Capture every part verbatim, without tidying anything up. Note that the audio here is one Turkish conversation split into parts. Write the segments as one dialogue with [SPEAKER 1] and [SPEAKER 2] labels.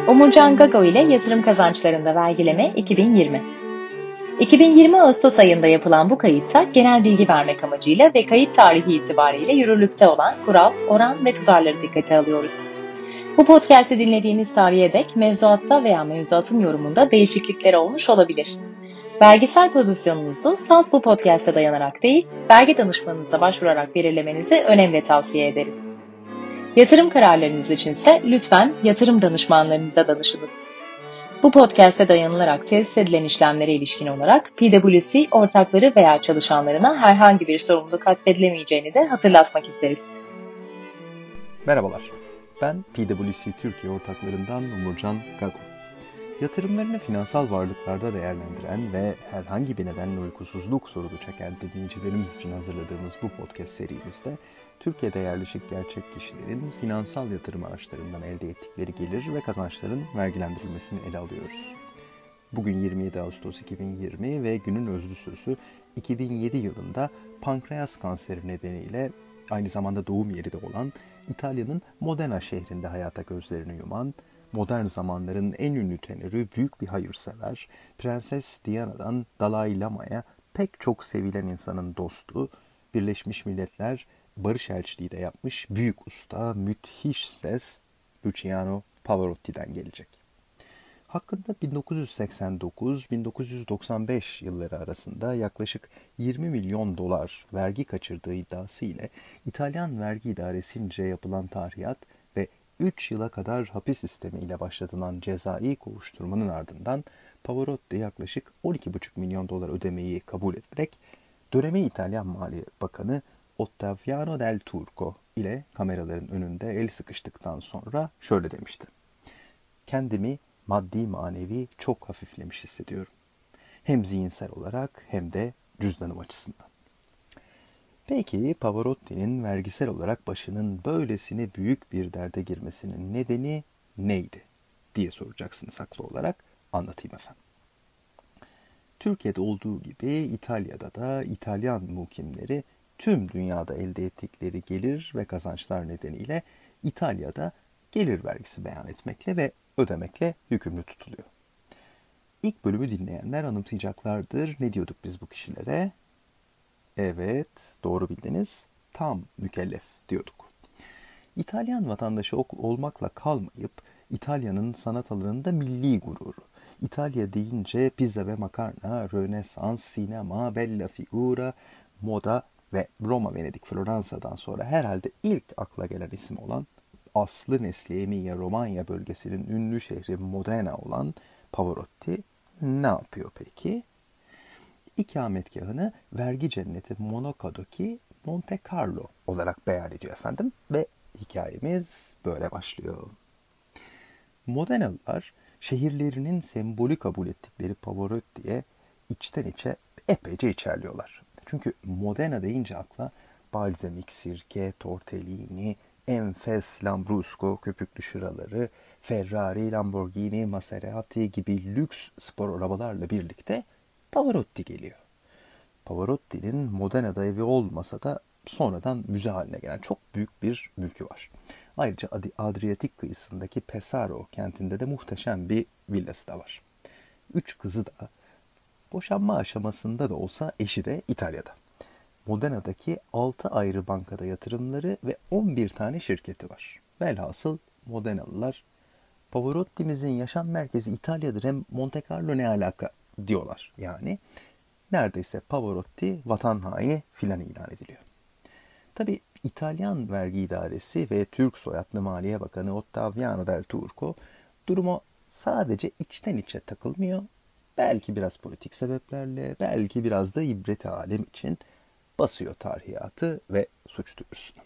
[SPEAKER 1] Omurcan Gago ile Yatırım Kazançlarında Vergileme iki bin yirmi. iki bin yirmi Ağustos ayında yapılan bu kayıtta genel bilgi vermek amacıyla ve kayıt tarihi itibariyle yürürlükte olan kural, oran ve tutarları dikkate alıyoruz. Bu podcast'i dinlediğiniz tarihe dek mevzuatta veya mevzuatın yorumunda değişiklikler olmuş olabilir. Vergisel pozisyonunuzu salt bu podcast'e dayanarak değil, vergi danışmanınıza başvurarak belirlemenizi önemli tavsiye ederiz. Yatırım kararlarınız içinse lütfen yatırım danışmanlarınıza danışınız. Bu podcast'e dayanılarak tesis edilen işlemlere ilişkin olarak P W C ortakları veya çalışanlarına herhangi bir sorumluluk atfedilemeyeceğini de hatırlatmak isteriz.
[SPEAKER 2] Merhabalar, ben P W C Türkiye ortaklarından Omurcan Gago. Yatırımlarını finansal varlıklarda değerlendiren ve herhangi bir nedenle uykusuzluk sorunu çeken dinleyicilerimiz için hazırladığımız bu podcast serimizde Türkiye'de yerleşik gerçek kişilerin finansal yatırım araçlarından elde ettikleri gelir ve kazançların vergilendirilmesini ele alıyoruz. Bugün yirmi yedi Ağustos iki bin yirmi ve günün özlü sözü iki bin yedi yılında pankreas kanseri nedeniyle aynı zamanda doğum yeri de olan İtalya'nın Modena şehrinde hayata gözlerini yuman, modern zamanların en ünlü tenörü, büyük bir hayırsever, Prenses Diana'dan Dalai Lama'ya pek çok sevilen insanın dostu, Birleşmiş Milletler Barış Elçiliği de yapmış büyük usta, müthiş ses Luciano Pavarotti'den gelecek. Hakkında bin dokuz yüz seksen dokuz bin dokuz yüz doksan beş yılları arasında yaklaşık yirmi milyon dolar vergi kaçırdığı iddiası ile İtalyan Vergi İdaresince yapılan tahribat ve üç yıla kadar hapis sistemiyle başlatılan cezai kovuşturmanın ardından Pavarotti yaklaşık on iki buçuk milyon dolar ödemeyi kabul ederek dönemin İtalyan Maliye Bakanı Ottaviano Del Turco ile kameraların önünde el sıkıştıktan sonra şöyle demişti. Kendimi maddi manevi çok hafiflemiş hissediyorum. Hem zihinsel olarak hem de cüzdanım açısından. Peki Pavarotti'nin vergisel olarak başının böylesine büyük bir derde girmesinin nedeni neydi diye soracaksınız haklı olarak. Anlatayım efendim. Türkiye'de olduğu gibi İtalya'da da İtalyan muhkimleri tüm dünyada elde ettikleri gelir ve kazançlar nedeniyle İtalya'da gelir vergisi beyan etmekle ve ödemekle yükümlü tutuluyor. İlk bölümü dinleyenler anımsayacaklardır. Ne diyorduk biz bu kişilere? Evet, doğru bildiniz. Tam mükellef diyorduk. İtalyan vatandaşı olmakla kalmayıp İtalya'nın sanat alanında milli gururu. İtalya deyince pizza ve makarna, Rönesans, sinema, bella figura, moda ve Roma, Venedik, Floransa'dan sonra herhalde ilk akla gelen isim olan aslı nesli Emilia-Romanya bölgesinin ünlü şehri Modena olan Pavarotti ne yapıyor peki? İkametgahını vergi cenneti Monaco'daki Monte Carlo olarak beyan ediyor efendim ve hikayemiz böyle başlıyor. Modenalılar şehirlerinin sembolü kabul ettikleri Pavarotti'ye içten içe epeyce içerliyorlar. Çünkü Modena deyince akla balzamik sirke, tortellini, enfes lambrusco köpüklü şıraları, Ferrari, Lamborghini, Maserati gibi lüks spor arabalarla birlikte Pavarotti geliyor. Pavarotti'nin Modena'da evi olmasa da sonradan müze haline gelen çok büyük bir mülkü var. Ayrıca Adriyatik kıyısındaki Pesaro kentinde de muhteşem bir villası da var. Üç kızı da boşanma aşamasında da olsa eşi de İtalya'da. Modena'daki altı ayrı bankada yatırımları ve on bir tane şirketi var. Velhasıl Modenalılar Pavarotti'mizin yaşam merkezi İtalya'dır, hem Monte Carlo ne alaka diyorlar. Yani neredeyse Pavarotti vatan haini filan ilan ediliyor. Tabi İtalyan Vergi İdaresi ve Türk soyadlı Maliye Bakanı Ottaviano Del Turco durumu sadece içten içe takılmıyor. Belki biraz politik sebeplerle, belki biraz da ibret-i alem için basıyor tarihiyatı ve suç duyurusunu.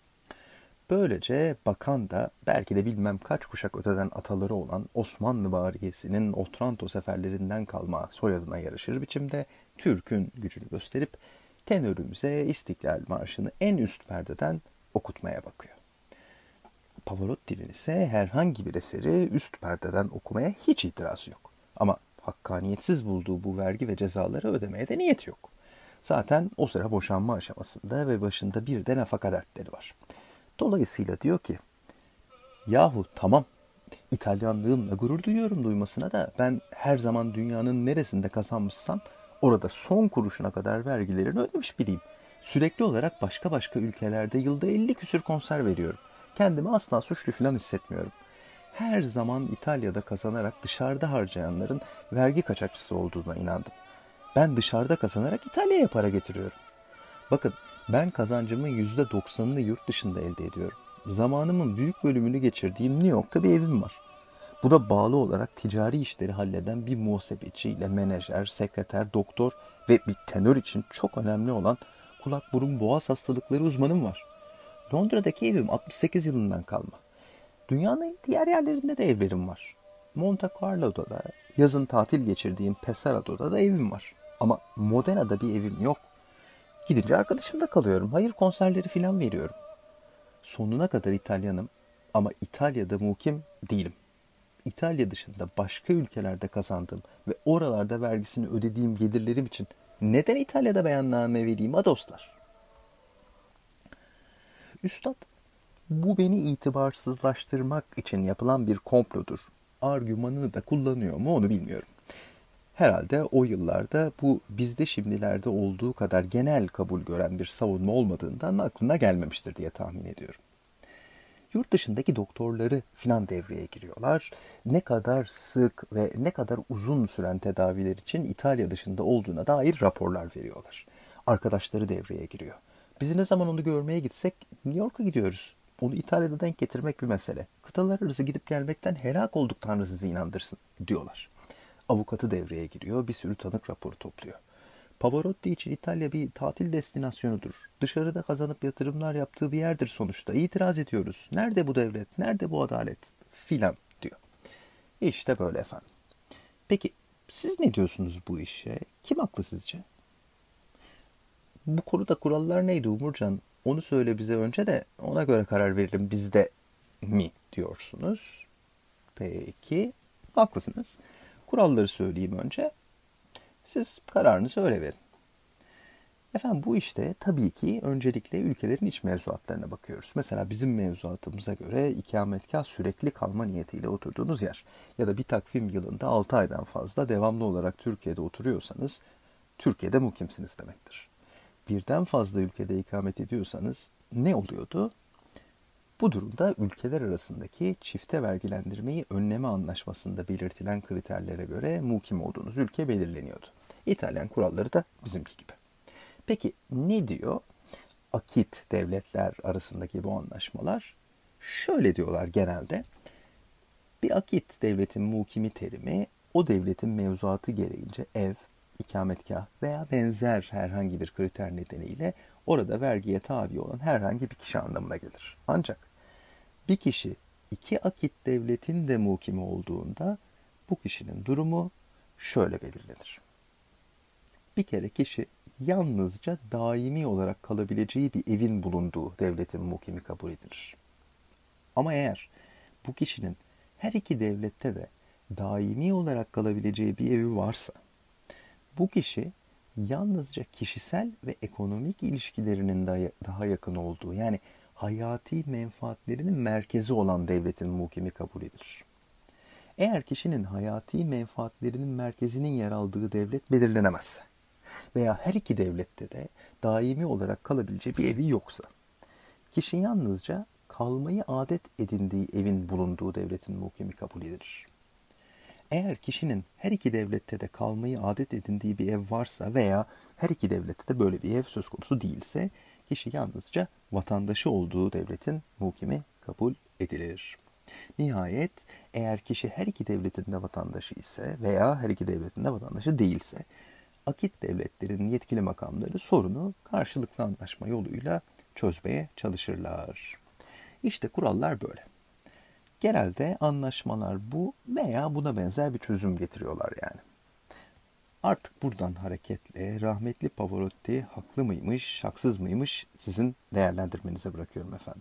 [SPEAKER 2] Böylece bakan da belki de bilmem kaç kuşak öteden ataları olan Osmanlı variyesinin Otranto seferlerinden kalma soyadına yarışır biçimde Türk'ün gücünü gösterip tenörümüze İstiklal Marşı'nı en üst perdeden okutmaya bakıyor. Pavarotti'nin ise herhangi bir eseri üst perdeden okumaya hiç itirazı yok. Ama hakkaniyetsiz bulduğu bu vergi ve cezaları ödemeye de niyeti yok. Zaten o sıra boşanma aşamasında ve başında bir de nafaka dertleri var. Dolayısıyla diyor ki, yahu tamam İtalyanlığımla gurur duyuyorum duymasına da ben her zaman dünyanın neresinde kazanmışsam orada son kuruşuna kadar vergilerini ödemiş biriyim. Sürekli olarak başka başka ülkelerde yılda elli küsür konser veriyorum. Kendimi asla suçlu falan hissetmiyorum. Her zaman İtalya'da kazanarak dışarıda harcayanların vergi kaçakçısı olduğuna inandım. Ben dışarıda kazanarak İtalya'ya para getiriyorum. Bakın, ben kazancımın yüzde doksanını yurt dışında elde ediyorum. Zamanımın büyük bölümünü geçirdiğim New York'ta bir evim var. Bu da bağlı olarak ticari işleri halleden bir muhasebeciyle menajer, sekreter, doktor ve bir tenör için çok önemli olan kulak burun boğaz hastalıkları uzmanım var. Londra'daki evim altmış sekiz yılından kalma. Dünyanın diğer yerlerinde de evlerim var. Monte Carlo'da da, yazın tatil geçirdiğim Pesarado'da da evim var. Ama Modena'da bir evim yok. Gidince arkadaşımda kalıyorum. Hayır, konserleri filan veriyorum. Sonuna kadar İtalyanım ama İtalya'da mukim değilim. İtalya dışında başka ülkelerde kazandığım ve oralarda vergisini ödediğim gelirlerim için neden İtalya'da beyanname vereyim ha dostlar? Üstad, bu beni itibarsızlaştırmak için yapılan bir komplodur. Argümanını da kullanıyor mu onu bilmiyorum. Herhalde o yıllarda bu bizde şimdilerde olduğu kadar genel kabul gören bir savunma olmadığından aklına gelmemiştir diye tahmin ediyorum. Yurt dışındaki doktorları filan devreye giriyorlar. Ne kadar sık ve ne kadar uzun süren tedaviler için İtalya dışında olduğuna dair raporlar veriyorlar. Arkadaşları devreye giriyor. Biz ne zaman onu görmeye gitsek New York'a gidiyoruz. Onu İtalya'da denk getirmek bir mesele. Kıtalar arası gidip gelmekten helak olduk, Tanrı sizi inandırsın diyorlar. Avukatı devreye giriyor, bir sürü tanık raporu topluyor. Pavarotti için İtalya bir tatil destinasyonudur. Dışarıda kazanıp yatırımlar yaptığı bir yerdir sonuçta. İtiraz ediyoruz. Nerede bu devlet, nerede bu adalet filan diyor. İşte böyle efendim. Peki siz ne diyorsunuz bu işe? Kim haklı sizce? Bu konuda kurallar neydi Umurcan? Onu söyle bize önce de ona göre karar verelim, bizde mi diyorsunuz? Peki, haklısınız. Kuralları söyleyeyim önce. Siz kararınızı öyle verin. Efendim, bu işte tabii ki öncelikle ülkelerin iç mevzuatlarına bakıyoruz. Mesela bizim mevzuatımıza göre ikametgah sürekli kalma niyetiyle oturduğunuz yer. Ya da bir takvim yılında altı aydan fazla devamlı olarak Türkiye'de oturuyorsanız Türkiye'de mukimsiniz demektir. Birden fazla ülkede ikamet ediyorsanız ne oluyordu? Bu durumda ülkeler arasındaki çifte vergilendirmeyi önleme anlaşmasında belirtilen kriterlere göre mukim olduğunuz ülke belirleniyordu. İtalyan kuralları da bizimki gibi. Peki ne diyor akit devletler arasındaki bu anlaşmalar? Şöyle diyorlar genelde. Bir akit devletin mukimi terimi o devletin mevzuatı gereğince ev, ikametgah veya benzer herhangi bir kriter nedeniyle orada vergiye tabi olan herhangi bir kişi anlamına gelir. Ancak bir kişi iki akit devletin de mukimi olduğunda bu kişinin durumu şöyle belirlenir. Bir kere kişi yalnızca daimi olarak kalabileceği bir evin bulunduğu devletin mukimi kabul edilir. Ama eğer bu kişinin her iki devlette de daimi olarak kalabileceği bir evi varsa, bu kişi yalnızca kişisel ve ekonomik ilişkilerinin daha yakın olduğu, yani hayati menfaatlerinin merkezi olan devletin mukimi kabul edilir. Eğer kişinin hayati menfaatlerinin merkezinin yer aldığı devlet belirlenemezse veya her iki devlette de daimi olarak kalabileceği bir evi yoksa, kişi yalnızca kalmayı adet edindiği evin bulunduğu devletin mukimi kabul edilir. Eğer kişinin her iki devlette de kalmayı adet edindiği bir ev varsa veya her iki devlette de böyle bir ev söz konusu değilse, kişi yalnızca vatandaşı olduğu devletin mukimi kabul edilir. Nihayet eğer kişi her iki devletin de vatandaşı ise veya her iki devletin de vatandaşı değilse, akit devletlerin yetkili makamları sorunu karşılıklı anlaşma yoluyla çözmeye çalışırlar. İşte kurallar böyle. Genelde anlaşmalar bu veya buna benzer bir çözüm getiriyorlar yani. Artık buradan hareketle rahmetli Pavarotti haklı mıymış, haksız mıymış sizin değerlendirmenize bırakıyorum efendim.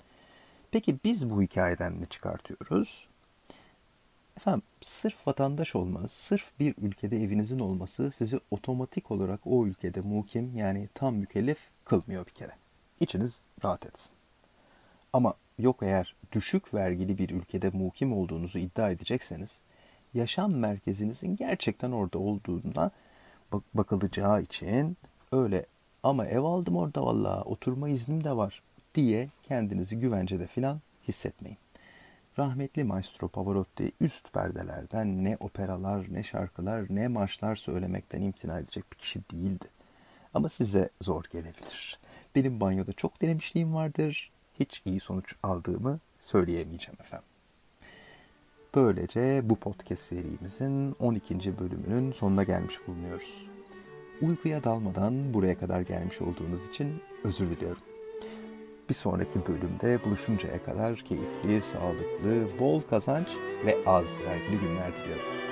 [SPEAKER 2] Peki biz bu hikayeden ne çıkartıyoruz? Efendim, sırf vatandaş olmanız, sırf bir ülkede evinizin olması sizi otomatik olarak o ülkede mukim, yani tam mükellef kılmıyor bir kere. İçiniz rahat etsin. Ama yok eğer düşük vergili bir ülkede mukim olduğunuzu iddia edecekseniz, yaşam merkezinizin gerçekten orada olduğuna bak- bakılacağı için öyle ama ev aldım orada vallahi oturma iznim de var diye kendinizi güvencede filan hissetmeyin. Rahmetli Maestro Pavarotti üst perdelerden ne operalar, ne şarkılar, ne marşlar söylemekten imtina edecek bir kişi değildi. Ama size zor gelebilir. Benim banyoda çok denemişliğim vardır. Hiç iyi sonuç aldığımı söyleyemeyeceğim efendim. Böylece bu podcast serimizin on ikinci bölümünün sonuna gelmiş bulunuyoruz. Uykuya dalmadan buraya kadar gelmiş olduğunuz için özür diliyorum. Bir sonraki bölümde buluşuncaya kadar keyifli, sağlıklı, bol kazanç ve az vergili günler diliyorum.